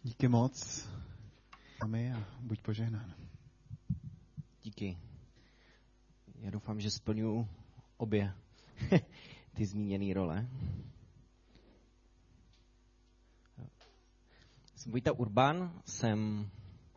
Díky moc. Amen a buď požehnán. Díky. Já doufám, že splňuji obě ty zmíněné role. Jsem Vojta Urban, jsem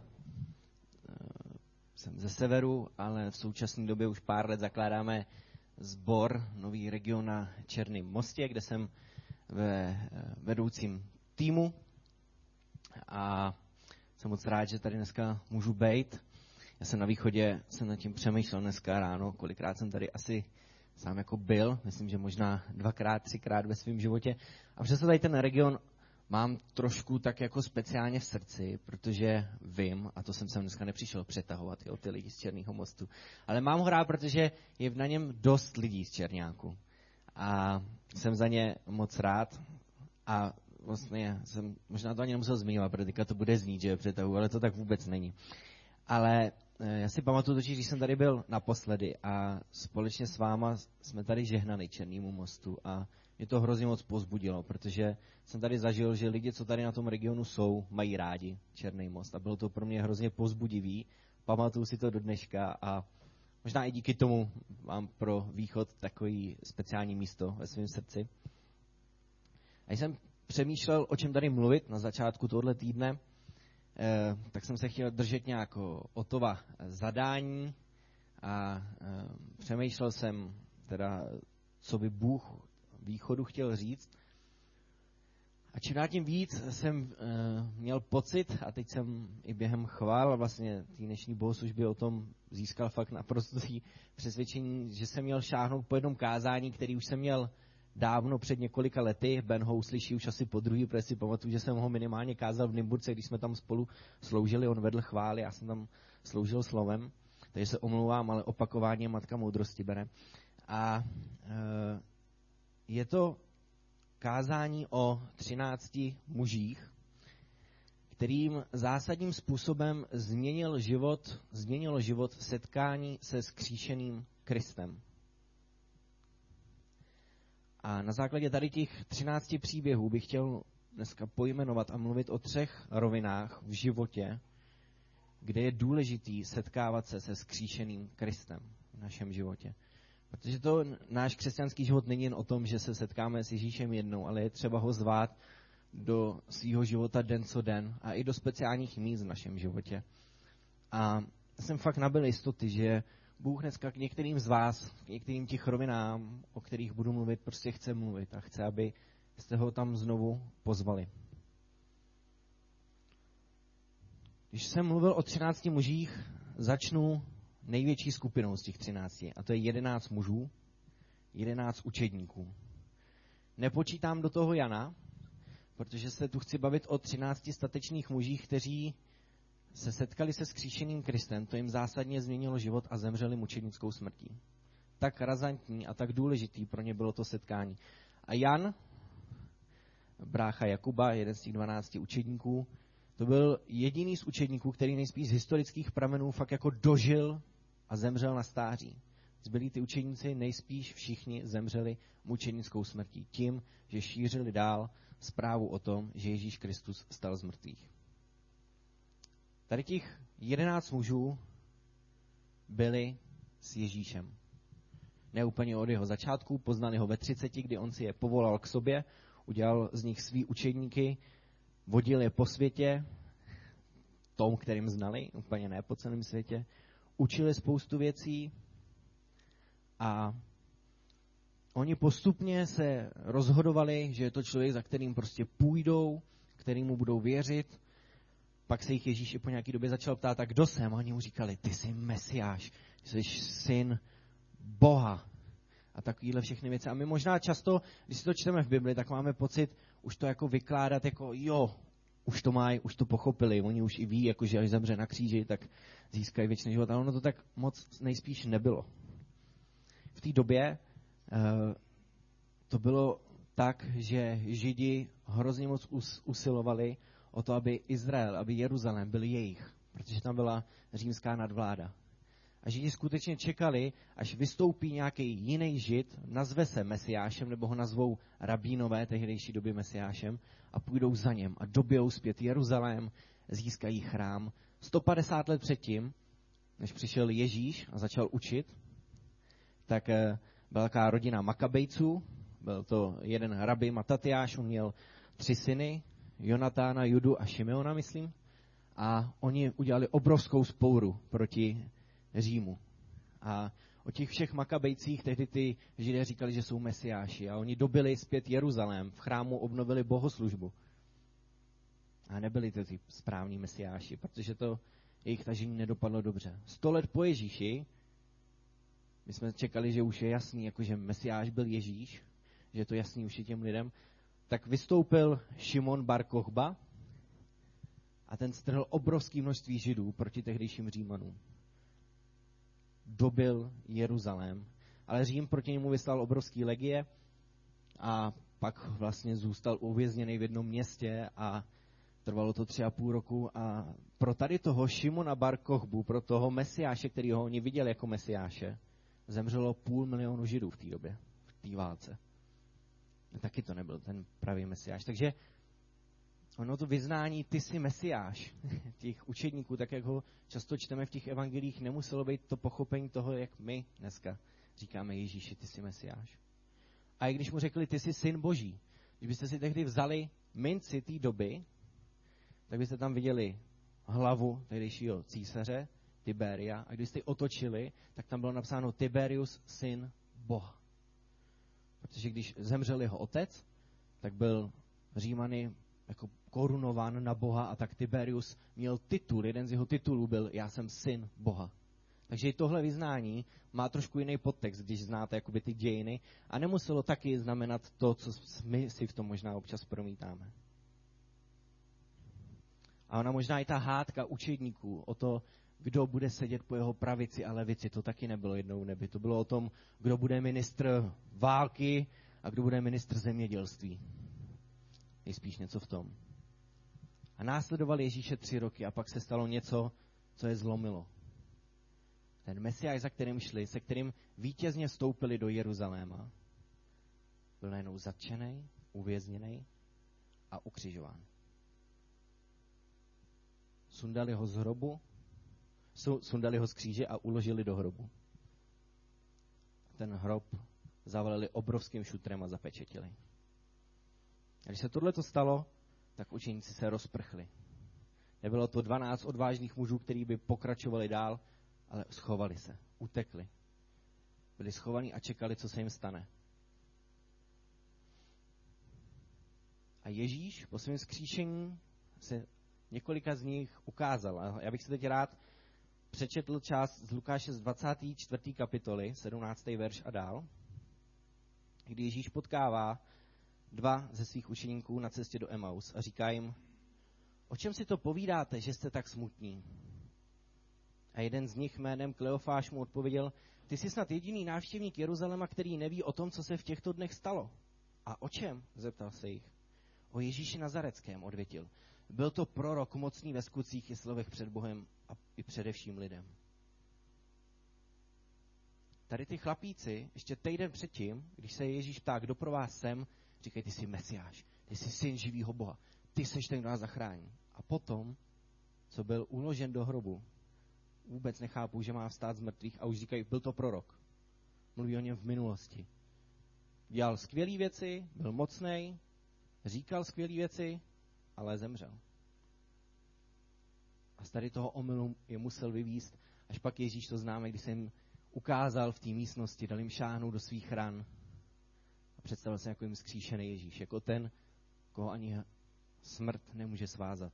ze severu, ale v současné době už pár let zakládáme sbor, nový region na Černém Mostě, kde jsem ve vedoucím týmu a jsem moc rád, že tady dneska můžu být. Já jsem na východě, jsem nad tím přemýšlel dneska ráno, kolikrát jsem tady asi sám jako byl, myslím, že možná 2x, 3x ve svém životě. A přesto tady ten region mám trošku tak jako speciálně v srdci, protože vím, a to jsem sem dneska nepřišel přetahovat, jo, ty lidi z Černého Mostu, ale mám ho rád, protože je na něm dost lidí z Čerňáku. A jsem za ně moc rád a vlastně jsem možná to ani nemusel zmiňovat, protože teďka to bude znít, že je přetahu, ale to tak vůbec není. Ale já si pamatuju totiž, když jsem tady byl naposledy a společně s váma jsme tady žehnali Černému Mostu a mě to hrozně moc povzbudilo, protože jsem tady zažil, že lidi, co tady na tom regionu jsou, mají rádi Černý Most a bylo to pro mě hrozně povzbudivý. Pamatuju si to do dneška a možná i díky tomu mám pro východ takový speciální místo ve svém srdci. A jsem přemýšlel, o čem tady mluvit na začátku tohoto týdne, tak jsem se chtěl držet nějak Ottova zadání a přemýšlel jsem teda, co by Bůh východu chtěl říct. A čím dál tím víc jsem měl pocit, a teď jsem i během chvál a vlastně té dnešní bohoslužby o tom získal fakt naprosto přesvědčení, že jsem měl šáhnout po jednom kázání, který už jsem měl dávno před několika lety. Ben ho uslyší už asi po druhý, protože si pamatuju, že jsem ho minimálně kázal v Nymburce, když jsme tam spolu sloužili, on vedl chvály, já jsem tam sloužil slovem, takže se omlouvám, ale opakování je matka moudrosti bere. A je to kázání o 13 mužích, kterým zásadním způsobem změnilo život setkání se vzkříšeným Kristem. A na základě tady těch 13 příběhů bych chtěl dneska pojmenovat a mluvit o 3 rovinách v životě, kde je důležitý setkávat se se vzkříšeným Kristem v našem životě. Protože to náš křesťanský život není jen o tom, že se setkáme s Ježíšem jednou, ale je třeba ho zvát do svého života den co den a i do speciálních míst v našem životě. A jsem fakt nabyl jistoty, že Bůh dneska k některým z vás, k některým těch rovinám, o kterých budu mluvit, prostě chce mluvit a chce, aby jste ho tam znovu pozvali. Když jsem mluvil o 13 mužích, začnu největší skupinou z těch 13, a to je 11 mužů, 11 učedníků. Nepočítám do toho Jana, protože se tu chci bavit o 13 statečných mužích, kteří se setkali se vzkříšeným Kristem, to jim zásadně změnilo život a zemřeli mučednickou smrtí. Tak razantní a tak důležitý pro ně bylo to setkání. A Jan, brácha Jakuba, jeden z těch 12 učedníků, to byl jediný z učedníků, který nejspíš z historických pramenů fakt jako dožil a zemřel na stáří. Zbylí ty učedníci nejspíš všichni zemřeli mučednickou smrtí tím, že šířili dál zprávu o tom, že Ježíš Kristus stal z mrtvých. Tady těch 11 mužů byli s Ježíšem. Ne úplně od jeho začátku, poznali ho ve 30, kdy on si je povolal k sobě, udělal z nich svý učedníky, vodil je po světě, tom, kterým znali, úplně ne po celém světě, učili spoustu věcí a oni postupně se rozhodovali, že je to člověk, za kterým prostě půjdou, kterýmu budou věřit. Pak se jich Ježíš i po nějaké době začal ptát, a kdo jsem? A oni mu říkali, ty jsi Mesiáš, jsi syn Boha. A takovýhle všechny věci. A my možná často, když si to čteme v Bibli, tak máme pocit už to jako vykládat jako jo, už to mají, už to pochopili. Oni už i ví, jako, že až zemře na kříži, tak získají věčný život. Ale ono to tak moc nejspíš nebylo. V té době to bylo tak, že Židi hrozně moc usilovali o to, aby Izrael, aby Jeruzalém byl jejich, protože tam byla římská nadvláda. A Židi skutečně čekali, až vystoupí nějaký jiný Žid, nazve se Mesiášem, nebo ho nazvou rabínové tehdejší doby Mesiášem, a půjdou za něm a dobijou zpět Jeruzalém, získají chrám. 150 let předtím, než přišel Ježíš a začal učit, tak byla taková rodina Makabejců, byl to jeden rabi Matatiáš, on měl 3 syny, Jonatána, Judu a Šimeona, myslím, a oni udělali obrovskou vzpouru proti Římu. A o těch všech Makabejcích tehdy ty Židé říkali, že jsou mesiáši, a oni dobili zpět Jeruzalém, v chrámu obnovili bohoslužbu. A nebyli to ty správní mesiáši, protože to jejich tažení nedopadlo dobře. 100 let po Ježíši, my jsme čekali, že už je jasný, jakože mesiáš byl Ježíš, že je to jasný už i těm lidem, tak vystoupil Šimon bar Kochba a ten strhl obrovské množství Židů proti tehdejším Římanům. Dobil Jeruzalém, ale Řím proti němu vyslal obrovský legie a pak vlastně zůstal uvězněný v jednom městě a trvalo to 3,5 roku a pro tady toho Šimona bar Kochbu, pro toho mesiáše, který ho oni viděli jako mesiáše, zemřelo 500 000 Židů v té době, v té válce. A taky to nebyl ten pravý mesiáš. Takže ono to vyznání, ty jsi mesiáš, těch učedníků, tak jak ho často čteme v těch evangelích, nemuselo být to pochopení toho, jak my dneska říkáme Ježíši, ty jsi mesiáš. A i když mu řekli, ty jsi syn Boží, když byste si tehdy vzali minci té doby, tak byste tam viděli hlavu tehdejšího císaře, Tiberia, a když jste ji otočili, tak tam bylo napsáno Tiberius, syn Boha. Protože když zemřel jeho otec, tak byl Římany jako korunován na Boha a tak Tiberius měl titul, jeden z jeho titulů byl já jsem syn Boha. Takže i tohle vyznání má trošku jiný podtext, když znáte jakoby ty dějiny a nemuselo taky znamenat to, co my si v tom možná občas promítáme. A ona možná i ta hádka učedníků o to, kdo bude sedět po jeho pravici a levici, to taky nebylo jednou v nebi. To bylo o tom, kdo bude ministr války a kdo bude ministr zemědělství. Nejspíš něco v tom. A následoval Ježíše 3 roky a pak se stalo něco, co je zlomilo. Ten Mesiáš, za kterým šli, se kterým vítězně vstoupili do Jeruzaléma, byl najednou zatčený, uvězněný a ukřižován. Sundali ho z hrobu, sundali ho z kříže a uložili do hrobu. Ten hrob zavalili obrovským šutrem a zapečetili. A když se tohleto stalo, tak učeníci se rozprchli. Nebylo to 12 odvážných mužů, kteří by pokračovali dál, ale schovali se, utekli. Byli schovaní a čekali, co se jim stane. A Ježíš po svém vzkříšení se několika z nich ukázal. A já bych si teď rád přečetl část z Lukáše z 24. kapitoly, 17. verš a dál, kdy Ježíš potkává 2 ze svých učeníků na cestě do Emaus a říká jim, o čem si to povídáte, že jste tak smutní? A jeden z nich jménem Kleofáš mu odpověděl, ty jsi snad jediný návštěvník Jeruzaléma, který neví o tom, co se v těchto dnech stalo. A o čem? Zeptal se jich. O Ježíši Nazareckém, odvětil. Byl to prorok mocný ve skutcích i slovech před Bohem a i především lidem. Tady ty chlapíci, ještě týden předtím, když se Ježíš ptá, kdo pro vás jsem, říkají, ty jsi Mesiáš, ty jsi syn živýho Boha, ty seš ten, kdo nás zachrání. A potom, co byl uložen do hrobu, vůbec nechápou, že má vstát z mrtvých a už říkají, byl to prorok. Mluví o něm v minulosti. Dělal skvělé věci, byl mocnej, říkal skvělé věci, ale zemřel. A z tady toho omylu je musel vyvízt, až pak Ježíš, to známe, když se jim ukázal v té místnosti, dal jim šáhnout do svých ran a představil se jako jim zkříšený Ježíš, jako ten, koho ani smrt nemůže svázat.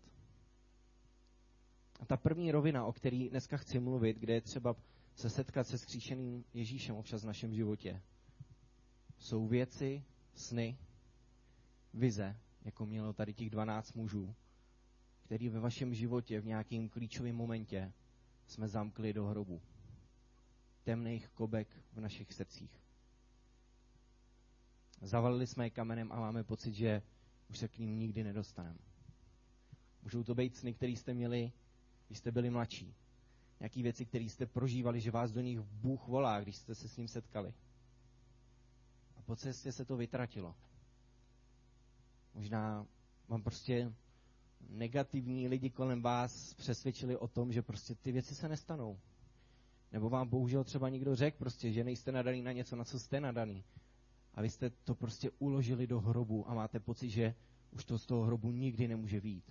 A ta první rovina, o který dneska chci mluvit, kde je třeba se setkat se zkříšeným Ježíšem občas v našem životě, jsou věci, sny, vize, jako mělo tady těch 12 mužů, který ve vašem životě v nějakém klíčovém momentě jsme zamkli do hrobu. Temných kobek v našich srdcích. Zavalili jsme je kamenem a máme pocit, že už se k ním nikdy nedostaneme. Můžou to být sny, které jste měli, když jste byli mladší. nějaké věci, které jste prožívali, že vás do nich Bůh volá, když jste se s ním setkali. A po cestě se to vytratilo. Možná vám prostě negativní lidi kolem vás přesvědčili o tom, že prostě ty věci se nestanou. Nebo vám bohužel třeba někdo řekl prostě, že nejste nadaný na něco, na co jste nadaný. A vy jste to prostě uložili do hrobu a máte pocit, že už to z toho hrobu nikdy nemůže vyjít.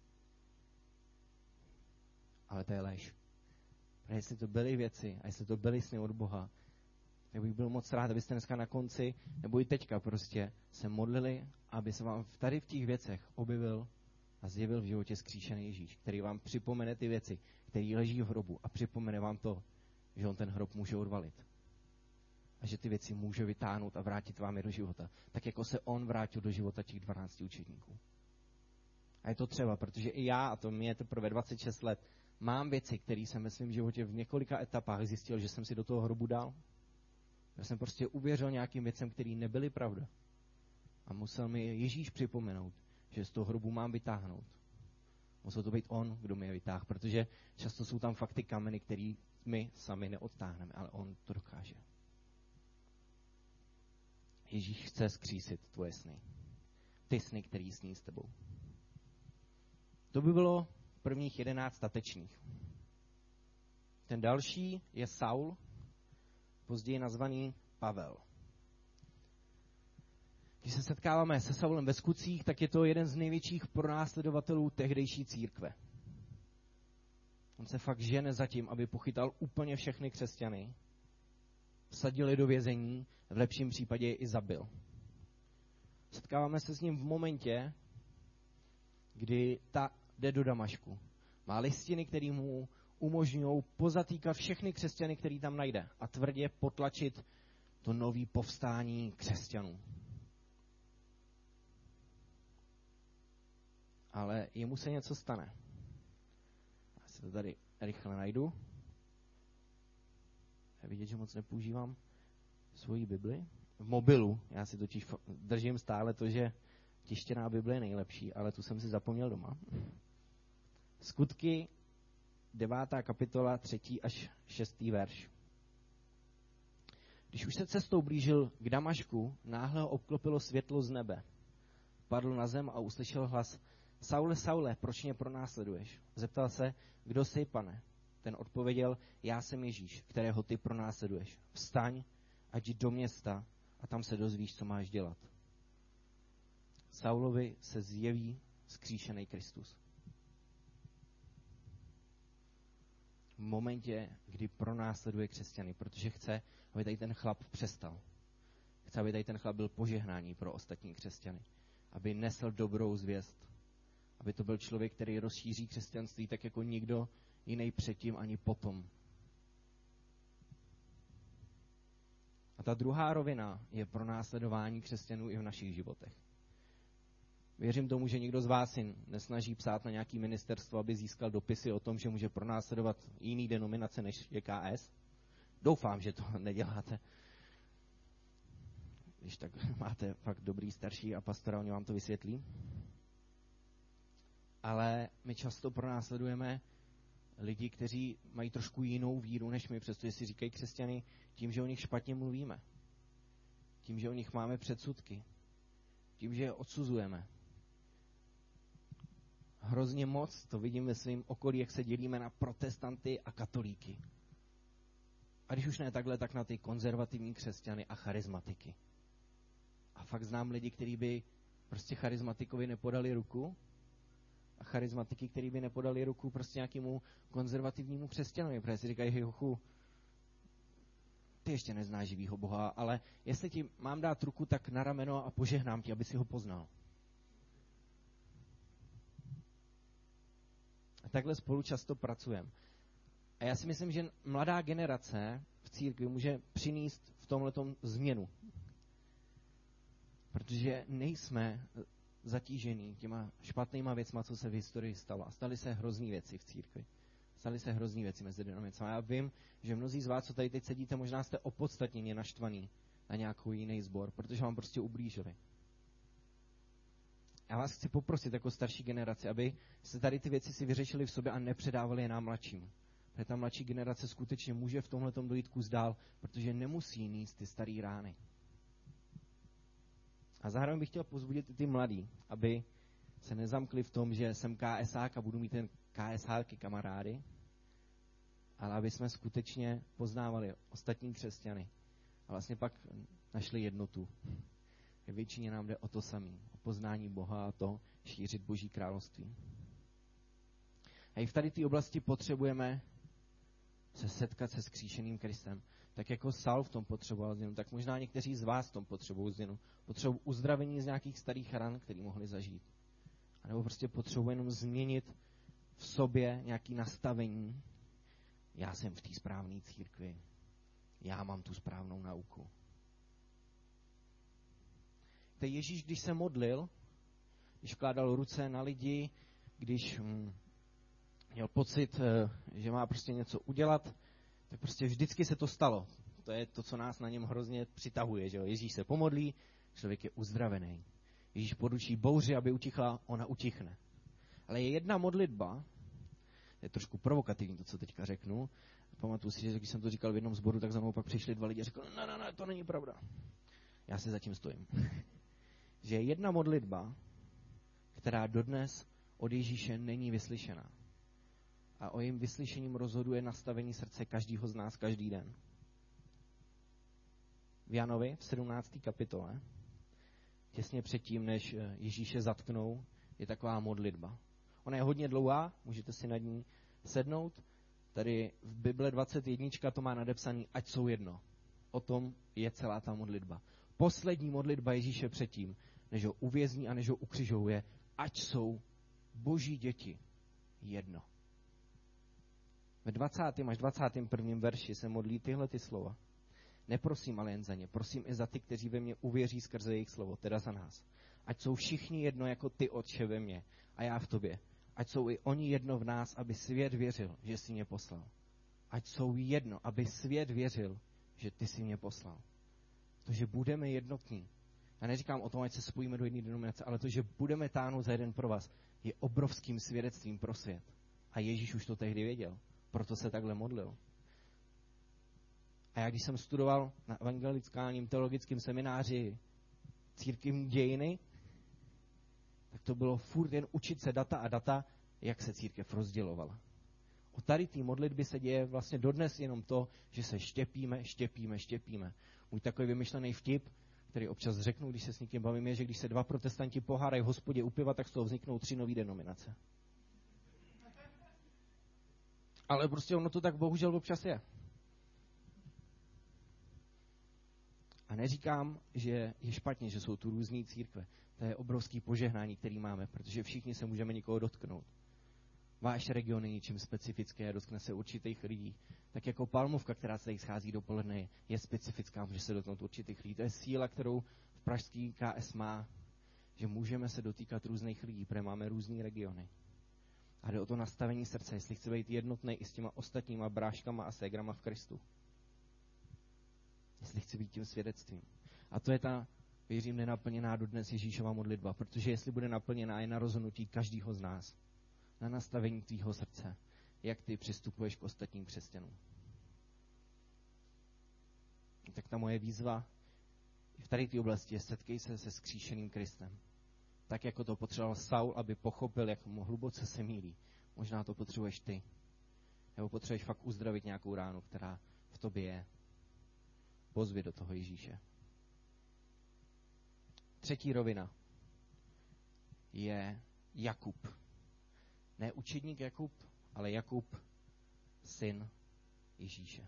Ale to je lež. A jestli to byly věci a jestli to byly sny od Boha, tak bych byl moc rád, abyste dneska na konci, nebo i teďka prostě se modlili, aby se vám tady v těch věcech objevil a zjevil v životě zkříšený Ježíš, který vám připomene ty věci, který leží v hrobu a připomene vám to, že on ten hrob může odvalit. A že ty věci může vytáhnout a vrátit vám je do života. Tak jako se on vrátil do života těch 12 učedníků. A je to třeba, protože i já, a to mě je teprve 26 let, mám věci, které jsem ve svém životě v několika etapách zjistil, že jsem si do toho hrobu dal. Já jsem prostě uvěřil nějakým věcem, které nebyly pravda. A musel mi Ježíš připomenout, že z toho hrobu mám vytáhnout. Musel to být on, kdo mi je vytáhl, protože často jsou tam fakt ty kameny, které my sami neodtáhneme, ale on to dokáže. Ježíš chce zkřísit tvoje sny. Ty sny, který sní s tebou. To by bylo prvních 11 statečných. Ten další je Saul, později nazvaný Pavel. Když se setkáváme se Saulem ve Skutcích, tak je to jeden z největších pronásledovatelů tehdejší církve. On se fakt žene za tím, aby pochytal úplně všechny křesťany, vsadil je do vězení, v lepším případě je i zabil. Setkáváme se s ním v momentě, kdy jde do Damašku. Má listiny, které mu umožňují pozatýkat všechny křesťany, který tam najde a tvrdě potlačit to nový povstání křesťanů. Ale jemu se něco stane. Já si to tady rychle najdu. Je vidět, že moc nepoužívám svoji Bibli. V mobilu. Já si totiž držím stále to, že tištěná Bible je nejlepší, ale tu jsem si zapomněl doma. Skutky 9. kapitola 3. až 6. verš. Když už se cestou blížil k Damašku, náhle ho obklopilo světlo z nebe. Padl na zem a uslyšel hlas: Saule, Saule, proč mě pronásleduješ? Zeptal se: Kdo jsi, pane? Ten odpověděl: Já jsem Ježíš, kterého ty pronásleduješ. Vstaň a jdi do města a tam se dozvíš, co máš dělat. Saulovi se zjeví vzkříšený Kristus. V momentě, kdy pronásleduje křesťany, protože chce, aby tady ten chlap přestal. Chce, aby tady ten chlap byl požehnání pro ostatní křesťany. Aby nesl dobrou zvěst. Aby to byl člověk, který rozšíří křesťanství tak jako nikdo jiný předtím ani potom. A ta druhá rovina je pronásledování křesťanů i v našich životech. Věřím tomu, že nikdo z vás si nesnaží psát na nějaké ministerstvo, aby získal dopisy o tom, že může pronásledovat jiný denominace než je KS. Doufám, že to neděláte. Když tak máte fakt dobrý starší a pastora, oni vám to vysvětlí. Ale my často pronásledujeme lidi, kteří mají trošku jinou víru než my, přestože si říkají křesťany, tím, že o nich špatně mluvíme. Tím, že o nich máme předsudky. Tím, že je odsuzujeme. Hrozně moc to vidím ve svém okolí, jak se dělíme na protestanty a katolíky. A když už ne takhle, tak na ty konzervativní křesťany a charizmatiky. A fakt znám lidi, kteří by prostě charizmatikovi nepodali ruku a charizmatiky, kteří by nepodali ruku prostě nějakému konzervativnímu křesťanovi. Protože si říkají: Jochu, ty ještě neznáš živýho Boha, ale jestli ti mám dát ruku, tak na rameno a požehnám ti, aby si ho poznal. A takhle spolu často pracujeme. A já si myslím, že mladá generace v církvi může přinést v tomhletom změnu. Protože nejsme zatížený těma špatnýma věcma, co se v historii stalo. A staly se hrozný věci v církvi. Staly se hrozný věci mezi denominacemi. Já vím, že mnozí z vás, co tady teď sedíte, možná jste opodstatněně naštvaný na nějakou jiný sbor, protože vám prostě ublížili. Já vás chci poprosit jako starší generaci, aby se tady ty věci si vyřešili v sobě a nepředávali je nám mladším. Protože ta mladší generace skutečně může v tomhletom dojít kus dál, protože nemusí nést ty staré rány. A zároveň bych chtěl povzbudit i ty mladý, aby se nezamkli v tom, že jsem KSák a budu mít ten KSáky kamarády, ale aby jsme skutečně poznávali ostatní křesťany a vlastně pak našli jednotu. Ve většině nám jde o to samé, o poznání Boha a to šířit Boží království. A i v tady té oblasti potřebujeme se setkat se vzkříšeným Kristem. Tak jako Saul v tom potřeboval změnu, tak možná někteří z vás v tom potřebují změnu. Potřebují uzdravení z nějakých starých ran, který mohli zažít. A nebo prostě potřebují jenom změnit v sobě nějaké nastavení. Já jsem v té správné církvi. Já mám tu správnou nauku. Te Ježíš, když se modlil, když vkládal ruce na lidi, když měl pocit, že má prostě něco udělat, tak prostě vždycky se to stalo. To je to, co nás na něm hrozně přitahuje. Že jo? Ježíš se pomodlí, člověk je uzdravený. Ježíš poručí bouři, aby utichla, ona utichne. Ale je jedna modlitba, je trošku provokativní to, co teďka řeknu. Pamatuju si, že když jsem to říkal v jednom sboru, tak za mnou pak přišli 2 lidi a řekli, ne, to není pravda. Já si zatím stojím. Že je jedna modlitba, která dodnes od Ježíše není vyslyšená. A o jejím vyslyšením rozhoduje nastavení srdce každého z nás každý den. V Janovi v 17. kapitole, těsně předtím, než Ježíše zatknou, je taková modlitba. Ona je hodně dlouhá, můžete si nad ní sednout. Tady v Bible 21 to má nadepsaný, ať jsou jedno. O tom je celá ta modlitba. Poslední modlitba Ježíše předtím, než ho uvězní a než ho ukřižuje, ať jsou Boží děti jedno. Ve 20. až 21. verši se modlí tyhle ty slova. Neprosím ale jen za ně, prosím i za ty, kteří ve mně uvěří skrze jejich slovo, teda za nás. Ať jsou všichni jedno jako ty, Otče, ve mně a já v tobě. Ať jsou i oni jedno v nás, aby svět věřil, že jsi mě poslal. Ať jsou jedno, aby svět věřil, že ty jsi mě poslal. To, že budeme jednotní. Já neříkám o tom, ať se spojíme do jedné denominace, ale to, že budeme táhnout za jeden pro vás, je obrovským svědectvím pro svět. A Ježíš už to tehdy věděl. Proto se takhle modlil. A já, když jsem studoval na evangelikálním teologickém semináři církevní dějiny, tak to bylo furt jen učit se data a data, jak se církev rozdělovala. O tady té modlitby se děje vlastně dodnes jenom to, že se štěpíme. Můj takový vymyšlený vtip, který občas řeknu, když se s někým bavím, je, že když se 2 protestanti pohárají v hospodě u piva, tak z toho vzniknou 3 nové denominace. Ale prostě ono to tak bohužel občas je. A neříkám, že je špatně, že jsou tu různé církve. To je obrovský požehnání, který máme, protože všichni se můžeme někoho dotknout. Váš region je ničím specifické a dotkne se určitých lidí. Tak jako Palmovka, která se tady schází dopoledne, je specifická, může se dotknout určitých lidí. To je síla, kterou v pražský KS má, že můžeme se dotýkat různých lidí, protože máme různé regiony. A jde o to nastavení srdce, jestli chce být jednotný i s těma ostatníma bráškama a ségrama v Kristu. Jestli chce být tím svědectvím. A to je ta, věřím, nenaplněná dodnes Ježíšova modlitba, protože jestli bude naplněná, je na rozhodnutí každého z nás. Na nastavení tvýho srdce, jak ty přistupuješ k ostatním křesťanům. Tak ta moje výzva v tady té oblasti je setkej se se vzkříšeným Kristem. Tak jako to potřeboval Saul, aby pochopil, jak mu hluboce se mýlí. Možná to potřebuješ ty. Nebo potřebuješ fakt uzdravit nějakou ránu, která v tobě je. Pozvi do toho Ježíše. Třetí rovina je Jakub. Ne učedník Jakub, ale Jakub, syn Ježíše.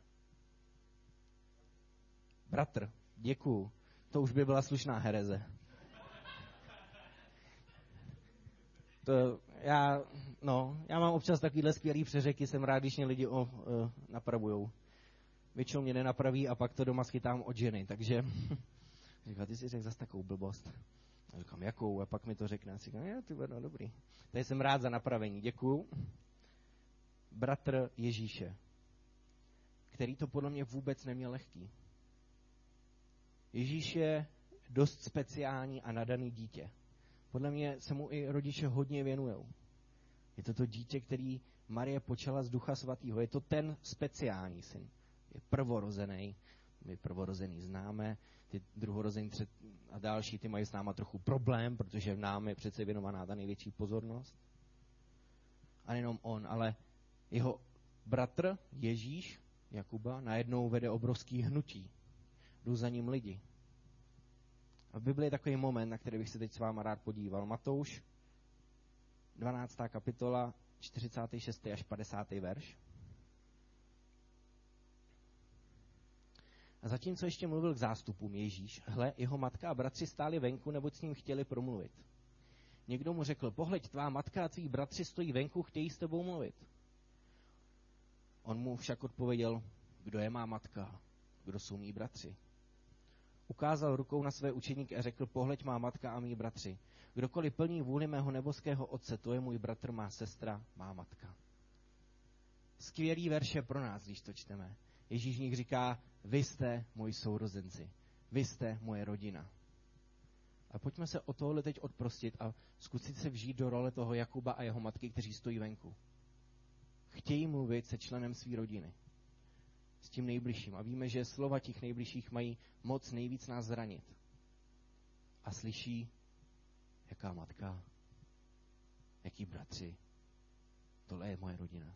Bratr, děkuju. To už by byla slušná hereze. Já mám občas takovýhle skvělý přeřeky, jsem rád, když mě lidi napravujou. Většinou mě nenapraví a pak to doma schytám od ženy, takže říká, ty si řekl zase takovou blbost. A říkám, jakou? A pak mi to řekne a říkám, no dobrý. Tady jsem rád za napravení, děkuju. Bratr Ježíše, který to podle mě vůbec neměl lehký. Ježíš je dost speciální a nadaný dítě. Podle mě se mu i rodiče hodně věnujou. Je to dítě, který Marie počala z Ducha Svatého. Je to ten speciální syn. Je prvorozený. My prvorozený známe. Ty druhorozený a další, ty mají s náma trochu problém, protože v nám je přece věnovaná ta největší pozornost. A nejenom on, ale jeho bratr Ježíš, Jakuba, najednou vede obrovský hnutí. Jdou za ním lidi. A v Biblii je takový moment, na který bych se teď s váma rád podíval. Matouš, 12. kapitola, 46. až 50. verš. A zatímco ještě mluvil k zástupům Ježíš, hle, jeho matka a bratři stáli venku, neboť s ním chtěli promluvit. Někdo mu řekl, pohleď, tvá matka a tví bratři stojí venku, chtějí s tebou mluvit. On mu však odpověděl, kdo je má matka, kdo jsou mý bratři. Ukázal rukou na své učeníky a řekl, pohleď má matka a mý bratři. Kdokoliv plní vůli mého nebeského Otce, to je můj bratr, má sestra, má matka. Skvělý verše pro nás, když to čteme. Ježíš v nich říká, vy jste moji sourozenci, vy jste moje rodina. A pojďme se o tohle teď odprostit a zkusit se vžít do role toho Jakuba a jeho matky, kteří stojí venku. Chtějí mluvit se členem své rodiny. S tím nejbližším. A víme, že slova těch nejbližších mají moc nejvíc nás zranit. A slyší, jaká matka, jaký bratři, tohle je moje rodina.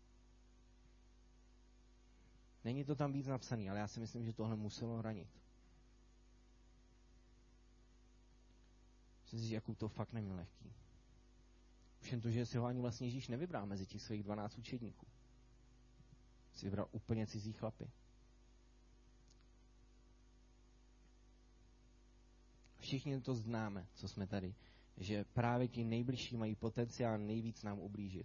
Není to tam víc napsaný, ale já si myslím, že tohle muselo ranit. Myslím si, že Jakub to fakt neměl lehký. Už jen to, že si ho ani vlastně Ježíš nevybral mezi těch svých 12 učedníků. Si vybral úplně cizí chlapy. Všichni to známe, co jsme tady, že právě ti nejbližší mají potenciál nejvíc nám ublížit.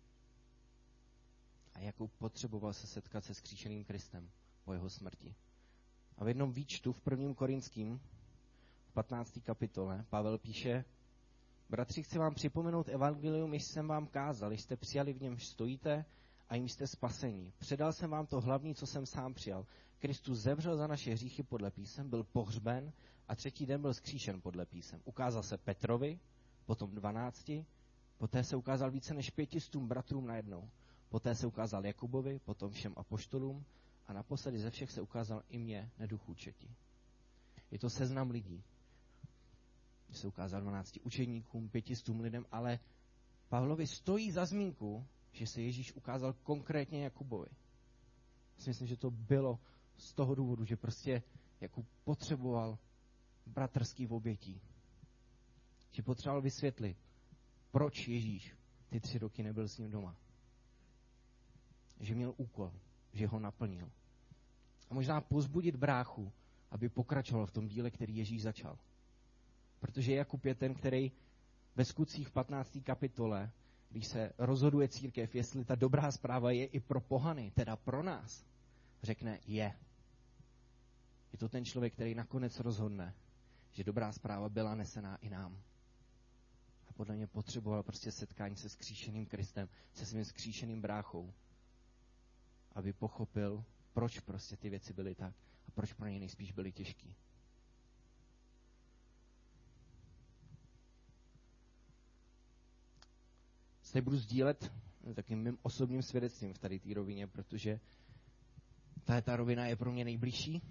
A Jakub potřeboval se setkat se vzkříšeným Kristem po jeho smrti. A v jednom výčtu v 1. Korinským, v 15. kapitole, Pavel píše, bratři, chci vám připomenout evangelium, jež jsem vám kázal, jež jste přijali, v něm stojíte a jim jste spasení. Předal jsem vám to hlavní, co jsem sám přijal. Kristus zemřel za naše hříchy podle písem, byl pohřben a třetí den byl vzkříšen podle písem. Ukázal se Petrovi, potom 12, poté se ukázal více než 500 bratrům najednou. Poté se ukázal Jakubovi, potom všem apoštolům a naposledy ze všech se ukázal i mně, neduchu četi. Je to seznam lidí. Se ukázal 12 učeníkům, 500 lidem, ale Pavlovi stojí za zmínku, že se Ježíš ukázal konkrétně Jakubovi. Myslím, že to bylo z toho důvodu, že prostě Jakub potřeboval bratrský obětí. Že potřeboval vysvětlit, proč Ježíš ty 3 roky nebyl s ním doma. Že měl úkol, že ho naplnil. A možná povzbudit bráchu, aby pokračoval v tom díle, který Ježíš začal. Protože Jakub je ten, který ve Skutcích v 15. kapitole, když se rozhoduje církev, jestli ta dobrá zpráva je i pro pohany, teda pro nás, řekne je. Je to ten člověk, který nakonec rozhodne, že dobrá zpráva byla nesená i nám. A podle mě potřeboval prostě setkání se vzkříšeným Kristem, se svým vzkříšeným bráchou, aby pochopil, proč prostě ty věci byly tak a proč pro něj nejspíš byly těžký. Teď budu sdílet takým mým osobním svědectvím v tady té rovině, protože ta rovina je pro mě nejbližší.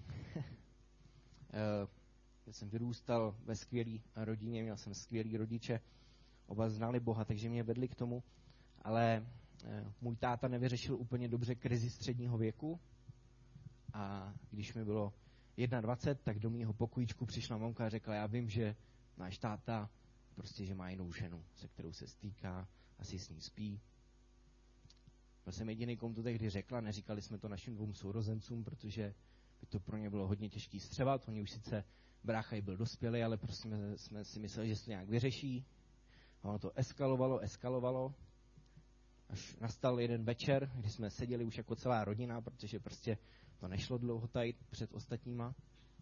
Já jsem vyrůstal ve skvělé rodině, měl jsem skvělý rodiče, oba znali Boha, takže mě vedli k tomu, ale můj táta nevyřešil úplně dobře krizi středního věku a když mi bylo 21, tak do mýho pokojíčku přišla mamka a řekla, já vím, že náš táta prostě, že má jinou ženu, se kterou se stýká, asi s ní spí. Byl jsem jediný, komu to tehdy řekla, neříkali jsme to našim 2 sourozencům, protože by to pro ně bylo hodně těžký střebat. Oni už sice brácha byl dospělý, ale prostě jsme si mysleli, že se to nějak vyřeší. A ono to eskalovalo. Až nastal jeden večer, kdy jsme seděli už jako celá rodina, protože prostě to nešlo dlouho tajit před ostatníma.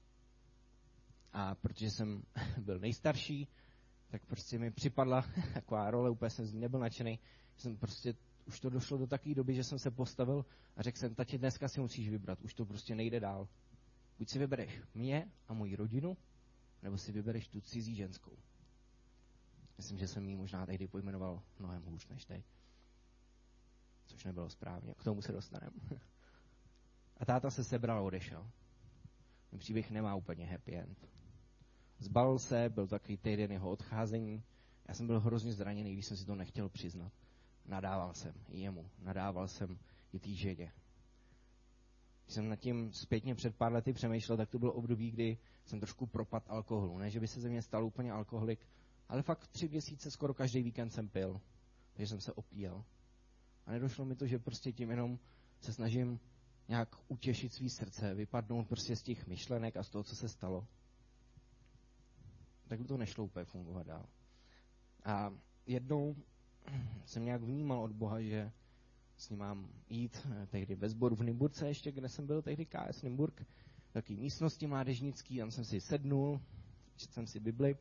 A protože jsem byl nejstarší, tak prostě mi připadla taková role, úplně jsem z ní nebyl nadšený. Jsem prostě, už to došlo do takové doby, že jsem se postavil a řekl jsem, tati, dneska si musíš vybrat, už to prostě nejde dál. Buď si vybereš mě a moji rodinu, nebo si vybereš tu cizí ženskou. Myslím, že jsem ji možná tehdy pojmenoval mnohem hůř než teď. což nebylo správně, k tomu se dostaneme. A táta se sebral a odešel. Ten příběh nemá úplně happy end. Zbalil se, byl takový týden jeho odcházení. Já jsem byl hrozně zraněný, když jsem si to nechtěl přiznat. Nadával jsem i jemu, nadával jsem i té ženě. Když jsem nad tím zpětně před pár lety přemýšlel, tak to bylo období, kdy jsem trošku propad alkoholu. Ne, že by se ze mě stal úplně alkoholik, ale fakt 3 měsíce skoro každý víkend jsem pil. Takže jsem se opíjel. A nedošlo mi to, že prostě tím jenom se snažím nějak utěšit svý srdce, vypadnout prostě z těch myšlenek a z toho, co se stalo. Tak by to nešlo úplně fungovat dál. A jednou jsem nějak vnímal od Boha, že s ním mám jít tehdy ve sboru v Nymburce ještě, kde jsem byl tehdy KS Nymburk, v takové místnosti mládežnický, tam jsem si sednul, četl jsem si Bibli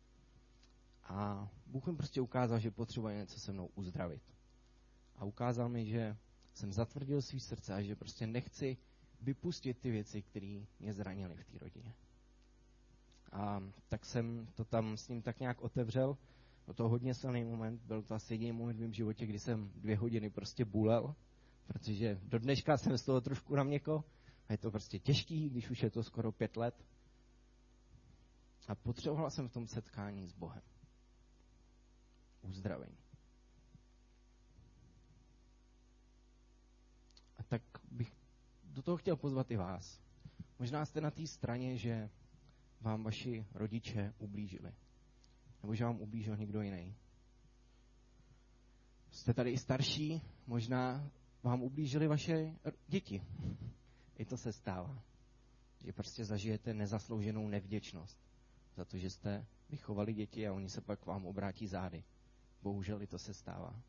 a Bůh mi prostě ukázal, že potřebuje něco se mnou uzdravit. A ukázal mi, že jsem zatvrdil svý srdce a že prostě nechci vypustit ty věci, které mě zranily v té rodině. A tak jsem to tam s ním tak nějak otevřel. Byl to hodně silný moment, byl to asi jediný moment v mém životě, kdy jsem 2 hodiny prostě bulel, protože do dneška jsem z toho trošku na měko a je to prostě těžký, když už je to skoro 5 let. A potřeboval jsem v tom setkání s Bohem uzdravení. A tak bych do toho chtěl pozvat i vás. Možná jste na té straně, že vám vaši rodiče ublížili. Nebo že vám ublížil někdo jiný. Jste tady i starší, možná vám ublížili vaše děti. I to se stává. Že prostě zažijete nezaslouženou nevděčnost za to, že jste vychovali děti a oni se pak k vám obrátí zády. Bohužel i to se stává.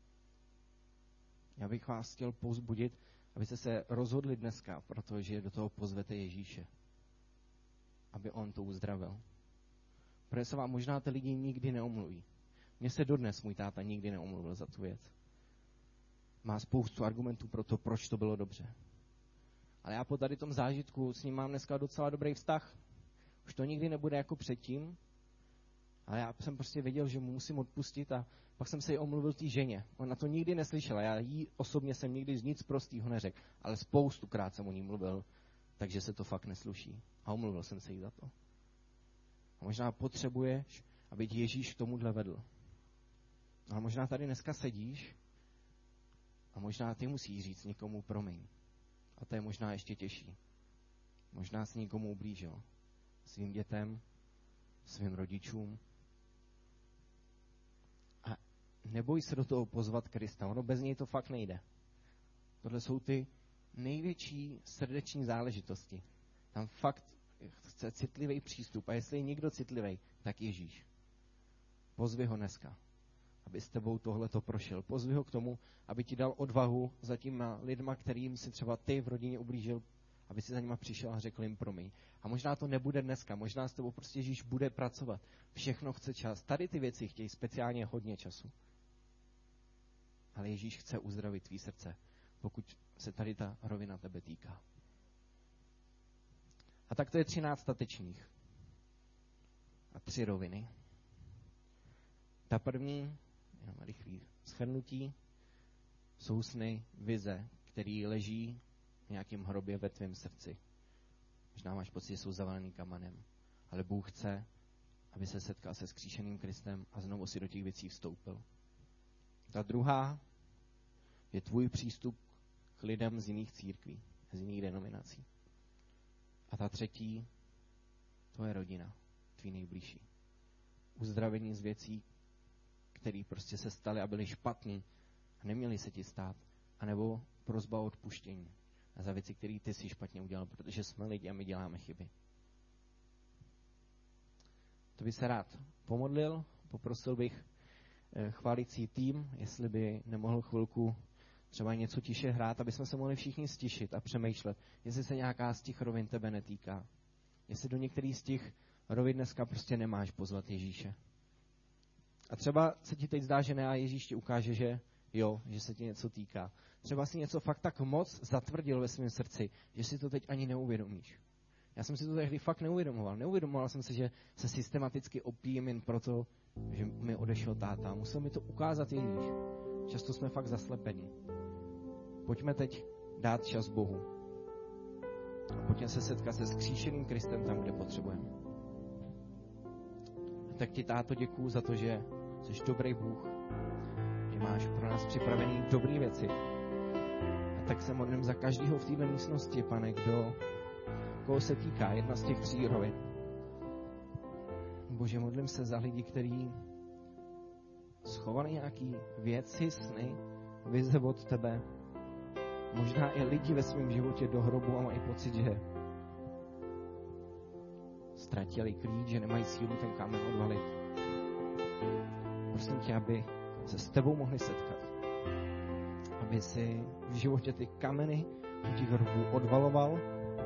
Já bych vás chtěl povzbudit, abyste se rozhodli dneska, protože do toho pozvete Ježíše. Aby on to uzdravil. Protože se vám možná ty lidi nikdy neomluví. Mně se dodnes můj táta nikdy neomluvil za tu věc. Má spoustu argumentů pro to, proč to bylo dobře. Ale já po tady tom zážitku s ním mám dneska docela dobrý vztah. Už to nikdy nebude jako předtím, ale já jsem prostě věděl, že mu musím odpustit a pak jsem se jí omluvil té ženě. Ona to nikdy neslyšela, já jí osobně jsem nikdy nic prostýho neřekl, ale spoustukrát jsem o ní mluvil, takže se to fakt nesluší. A omluvil jsem se jí za to. A možná potřebuješ, aby tě Ježíš k tomuhle vedl. Ale možná tady dneska sedíš a možná ty musíš říct někomu promiň. A to je možná ještě těžší. Možná jsi někomu ublížil. Svým dětem, svým rodičům. A neboj se do toho pozvat Krista. Ono bez něj to fakt nejde. Tohle jsou ty největší srdeční záležitosti. Tam fakt chce citlivý přístup. A jestli je někdo citlivý, tak Ježíš. Pozvi ho dneska, aby s tebou tohleto prošel. Pozvi ho k tomu, aby ti dal odvahu za těma lidma, kterým si třeba ty v rodině ublížil, aby si za nima přišel a řekl jim promiň. A možná to nebude dneska, možná s tebou prostě Ježíš bude pracovat. Všechno chce čas. Tady ty věci chtějí speciálně hodně času. Ale Ježíš chce uzdravit tvý srdce, pokud se tady ta rovina tebe týká. A tak to je 13 statečních. A 3 roviny. Ta první, jenom rychlý shrnutí, jsou sny, vize, který leží v nějakém hrobě ve tvém srdci. Možná máš pocit, že jsou zavalený kamenem, ale Bůh chce, aby se setkal se vzkříšeným Kristem a znovu si do těch věcí vstoupil. Ta druhá je tvůj přístup k lidem z jiných církví, z jiných denominací. A ta třetí, tvoje rodina, tvý nejbližší. Uzdravení z věcí, které prostě se staly a byly špatný a neměly se ti stát, anebo prosba o odpuštění a za věci, které ty si špatně udělal, protože jsme lidi a my děláme chyby. To bych se rád pomodlil, poprosil bych chválící tým, jestli by nemohl chvilku třeba něco tiše hrát, aby jsme se mohli všichni stišit a přemýšlet, jestli se nějaká z těch rovin tebe netýká. Jestli do některých z těch rovin dneska prostě nemáš pozvat Ježíše. A třeba se ti teď zdá, že ne, a Ježíš ti ukáže, že jo, že se ti něco týká. Třeba si něco fakt tak moc zatvrdil ve svém srdci, že si to teď ani neuvědomíš. Já jsem si to tehdy fakt neuvědomoval. Neuvědomoval jsem si, že se systematicky opijím jen proto, že mi odešel táta. Musel mi to ukázat Ježíš. Často jsme fakt zaslepeni. Pojďme teď dát čas Bohu. A pojďme se setkat se vzkříšeným Kristem tam, kde potřebujeme. Tak ti, táto, děkuju za to, že jsi dobrý Bůh, že máš pro nás připravený dobré věci. A tak se modlím za každého v této místnosti, Pane, koho se týká jedna z těch 3 rovin. Bože, modlím se za lidi, kteří schovaní nějaký věci, sny, vize od tebe. Možná i lidi ve svém životě do hrobu a mají pocit, že ztratili klíč, že nemají sílu ten kámen odvalit. Prosím tě, aby se s tebou mohli setkat. Aby si v životě ty kameny u těch hrobů odvaloval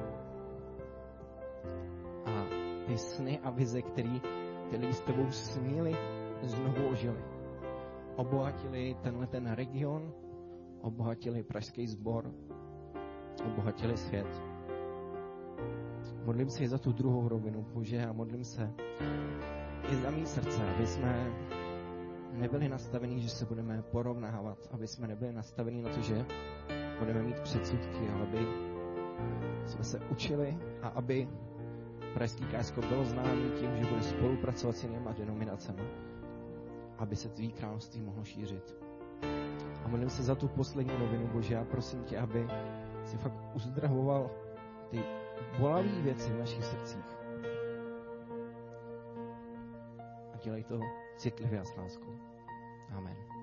a ty sny a vize, který ty lidi s tebou snili, znovu ožili. Obohatili ten region, obohatili pražský sbor, obohatili svět. Modlím se i za tu druhou rovinu, Bože, a modlím se i za mý srdce, aby jsme nebyli nastavení, že se budeme porovnávat, aby jsme nebyli nastavení na to, že budeme mít předsudky, ale aby jsme se učili a aby Pražský KSK bylo známý tím, že bude spolupracovat s jinýma denominacemi, aby se tvý království mohlo šířit. A modlím se za tu poslední rovinu, Bože, a prosím tě, aby si fakt uzdravoval ty bolavé věci v našich srdcích. A dělej to citlivě a s láskou. Amen.